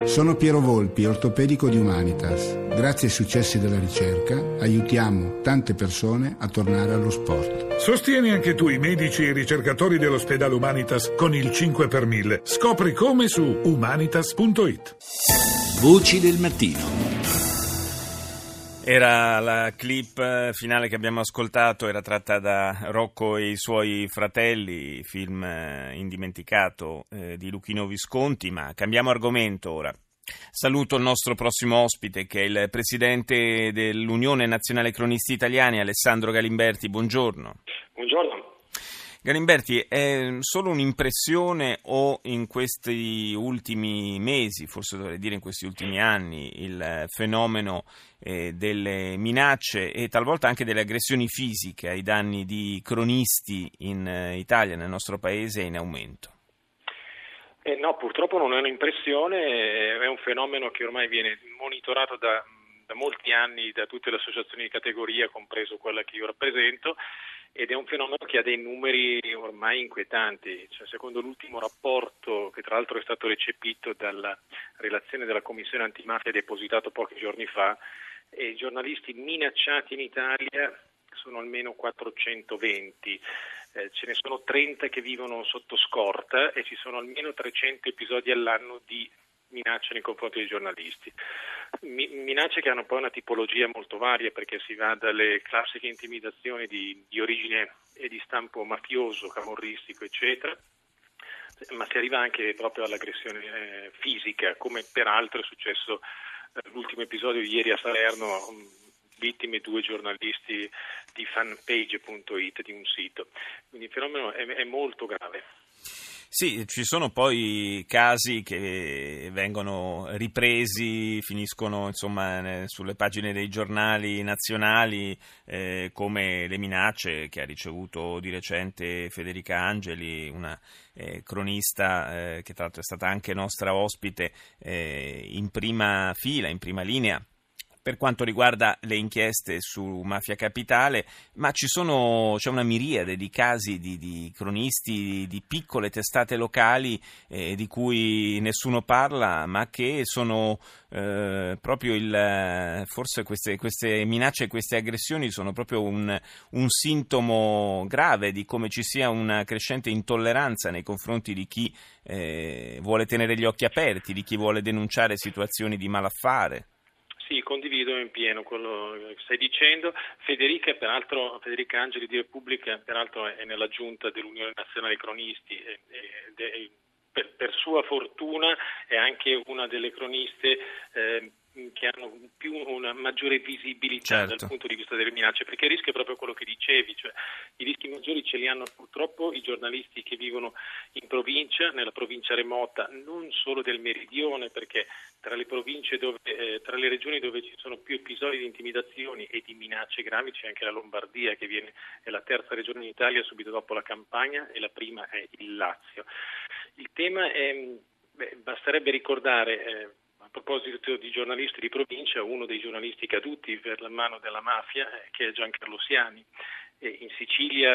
Sono Piero Volpi, ortopedico di Humanitas. Grazie ai successi della ricerca aiutiamo tante persone a tornare allo sport. Sostieni anche tu i medici e i ricercatori dell'ospedale Humanitas con il 5 per 1000. Scopri come su humanitas.it. Voci del mattino. Era la clip finale che abbiamo ascoltato, era tratta da Rocco e i suoi fratelli, film indimenticato di Luchino Visconti, ma cambiamo argomento ora. Saluto il nostro prossimo ospite che è il presidente dell'Unione Nazionale Cronisti Italiani, Alessandro Galimberti, buongiorno. Buongiorno. Galimberti, è solo un'impressione o in questi ultimi mesi, forse dovrei dire in questi ultimi anni, il fenomeno delle minacce e talvolta anche delle aggressioni fisiche ai danni di cronisti in Italia, nel nostro paese, è in aumento? No, purtroppo non è un'impressione, è un fenomeno che ormai viene monitorato da molti anni da tutte le associazioni di categoria, compreso quella che io rappresento, ed è un fenomeno che ha dei numeri ormai inquietanti. Secondo l'ultimo rapporto, che tra l'altro è stato recepito dalla relazione della Commissione Antimafia depositato pochi giorni fa, i giornalisti minacciati in Italia sono almeno 420. Ce ne sono 30 che vivono sotto scorta e ci sono almeno 300 episodi all'anno di minacce nei confronti dei giornalisti. Minacce che hanno poi una tipologia molto varia, perché si va dalle classiche intimidazioni di origine e di stampo mafioso, camorristico, eccetera, ma si arriva anche proprio all'aggressione fisica, come peraltro è successo l'ultimo episodio di ieri a Salerno, vittime 2 giornalisti di fanpage.it, di un sito. Quindi il fenomeno è molto grave. Sì, ci sono poi casi che vengono ripresi, finiscono insomma sulle pagine dei giornali nazionali, come le minacce che ha ricevuto di recente Federica Angeli, una cronista che tra l'altro è stata anche nostra ospite in prima fila, in prima linea, per quanto riguarda le inchieste su Mafia Capitale, ma c'è una miriade di casi di cronisti di piccole testate locali di cui nessuno parla, ma che sono proprio forse queste minacce e queste aggressioni sono proprio un sintomo grave di come ci sia una crescente intolleranza nei confronti di chi vuole tenere gli occhi aperti, di chi vuole denunciare situazioni di malaffare. Sì, condivido in pieno quello che stai dicendo. Federica Angeli di Repubblica, peraltro è nella giunta dell'Unione Nazionale Cronisti e per sua fortuna è anche una delle croniste che hanno una maggiore visibilità, certo, dal punto di vista delle minacce, perché il rischio è proprio quello che dicevi, cioè i rischi maggiori ce li hanno purtroppo i giornalisti che vivono in provincia, nella provincia remota, non solo del meridione, perché tra le province tra le regioni dove ci sono più episodi di intimidazioni e di minacce gravi c'è anche la Lombardia, che è la terza regione in Italia subito dopo la Campania, e la prima è il Lazio. Il tema basterebbe ricordare, a proposito di giornalisti di provincia, uno dei giornalisti caduti per la mano della mafia, che è Giancarlo Siani. In Sicilia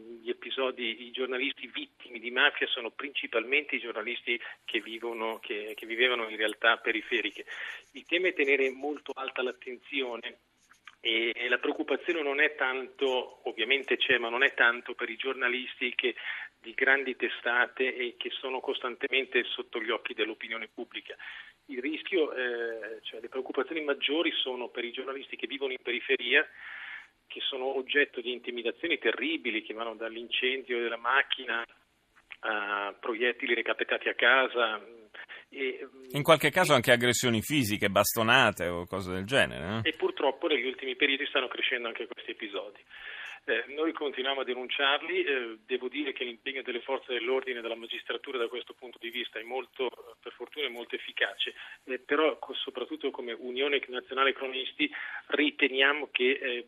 i giornalisti vittime di mafia sono principalmente i giornalisti che vivevano in realtà periferiche. Il tema è tenere molto alta l'attenzione e la preoccupazione non è tanto, ovviamente c'è, ma non è tanto per i giornalisti di grandi testate e che sono costantemente sotto gli occhi dell'opinione pubblica. Il rischio, le preoccupazioni maggiori sono per i giornalisti che vivono in periferia, che sono oggetto di intimidazioni terribili, che vanno dall'incendio della macchina a proiettili recapitati a casa. In qualche caso anche aggressioni fisiche, bastonate o cose del genere. E purtroppo negli ultimi periodi stanno crescendo anche questi episodi. Noi continuiamo a denunciarli, devo dire che l'impegno delle forze dell'ordine e della magistratura da questo punto di vista è molto, per fortuna, molto efficace, però soprattutto come Unione Nazionale Cronisti riteniamo che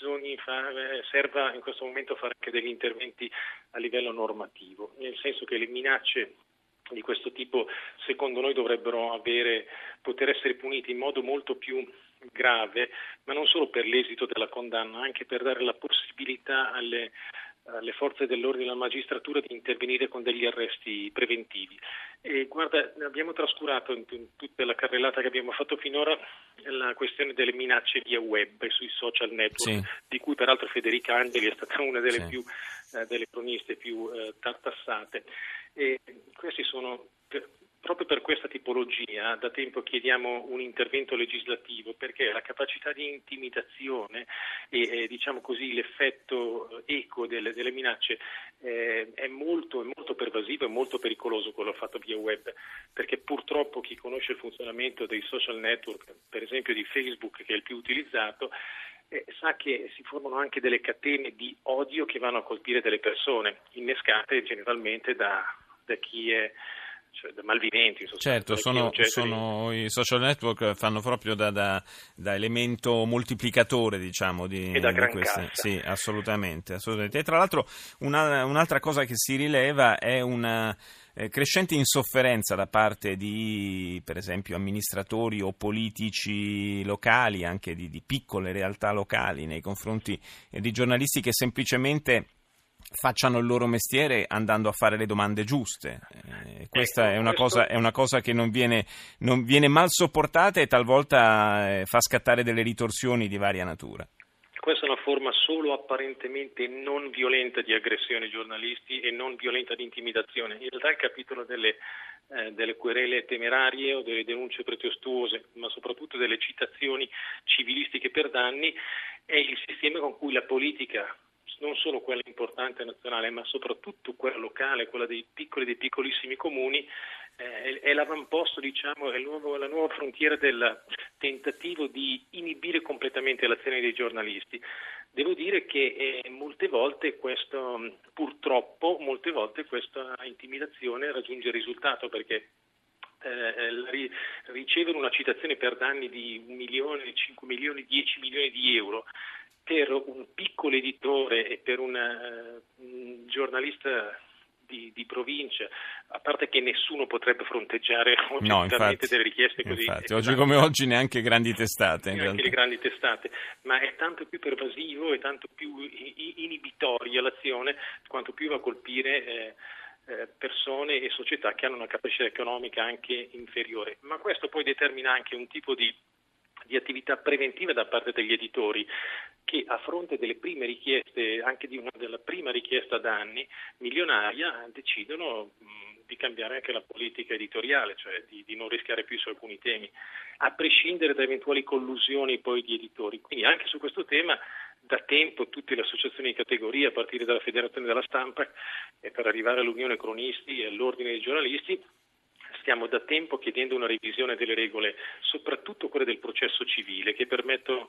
serva in questo momento fare anche degli interventi a livello normativo, nel senso che le minacce di questo tipo secondo noi dovrebbero poter essere punite in modo molto più grave, ma non solo per l'esito della condanna, anche per dare la possibilità alle alle forze dell'ordine e alla magistratura di intervenire con degli arresti preventivi. E guarda, abbiamo trascurato in tutta la carrellata che abbiamo fatto finora la questione delle minacce via web e sui social network, sì, di cui peraltro Federica Angeli è stata una delle sì, delle croniste più tartassate. E questi sono proprio per questa tipologia da tempo chiediamo un intervento legislativo, perché la capacità di intimidazione e diciamo così l'effetto eco delle minacce è molto pervasivo e molto pericoloso quello fatto via web, perché purtroppo chi conosce il funzionamento dei social network, per esempio di Facebook, che è il più utilizzato, sa che si formano anche delle catene di odio che vanno a colpire delle persone, innescate generalmente da chi è, cioè da malviventi. Certo, i social network fanno proprio da elemento moltiplicatore, diciamo, di queste. Sì, assolutamente. E tra l'altro un'altra cosa che si rileva è una crescente insofferenza da parte di, per esempio, amministratori o politici locali, anche di piccole realtà locali, nei confronti di giornalisti che semplicemente facciano il loro mestiere andando a fare le domande giuste. Questa è una cosa che non viene mal sopportata e talvolta fa scattare delle ritorsioni di varia natura. Questa è una forma solo apparentemente non violenta di aggressione ai giornalisti e non violenta di intimidazione. In realtà il capitolo delle querele temerarie o delle denunce pretestuose, ma soprattutto delle citazioni civilistiche per danni, è il sistema con cui la politica, non solo quella importante nazionale, ma soprattutto quella locale, quella dei piccolissimi comuni, è l'avamposto, diciamo, è la nuova frontiera del tentativo di inibire completamente l'azione dei giornalisti. Devo dire che molte volte questa intimidazione raggiunge il risultato, perché ricevere una citazione per danni di 1 milione, 5 milioni, 10 milioni di euro per un piccolo editore e per un giornalista di provincia, a parte che nessuno potrebbe fronteggiare oggettivamente delle richieste così. Infatti, oggi come oggi neanche grandi testate. Neanche le grandi testate, ma è tanto più pervasivo e tanto più inibitoria l'azione, quanto più va a colpire persone e società che hanno una capacità economica anche inferiore. Ma questo poi determina anche un tipo di attività preventiva da parte degli editori, che a fronte delle prime richieste, anche della prima richiesta da anni milionaria, decidono di cambiare anche la politica editoriale, cioè di non rischiare più su alcuni temi, a prescindere da eventuali collusioni poi di editori. Quindi anche su questo tema da tempo tutte le associazioni di categoria, a partire dalla Federazione della Stampa e per arrivare all'Unione Cronisti e all'Ordine dei Giornalisti, stiamo da tempo chiedendo una revisione delle regole, soprattutto quelle del processo civile, che permettono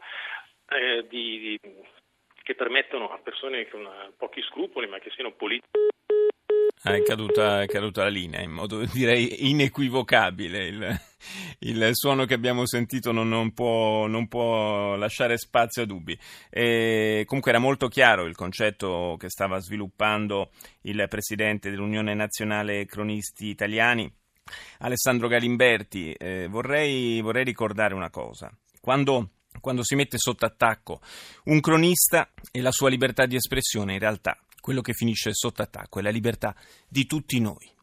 a persone con pochi scrupoli, ma che siano politici. È caduta la linea in modo, direi, inequivocabile. Il suono che abbiamo sentito non può lasciare spazio a dubbi. Comunque era molto chiaro il concetto che stava sviluppando il presidente dell'Unione Nazionale Cronisti Italiani, Alessandro Galimberti. Vorrei ricordare una cosa. Quando si mette sotto attacco un cronista e la sua libertà di espressione, in realtà quello che finisce sotto attacco è la libertà di tutti noi.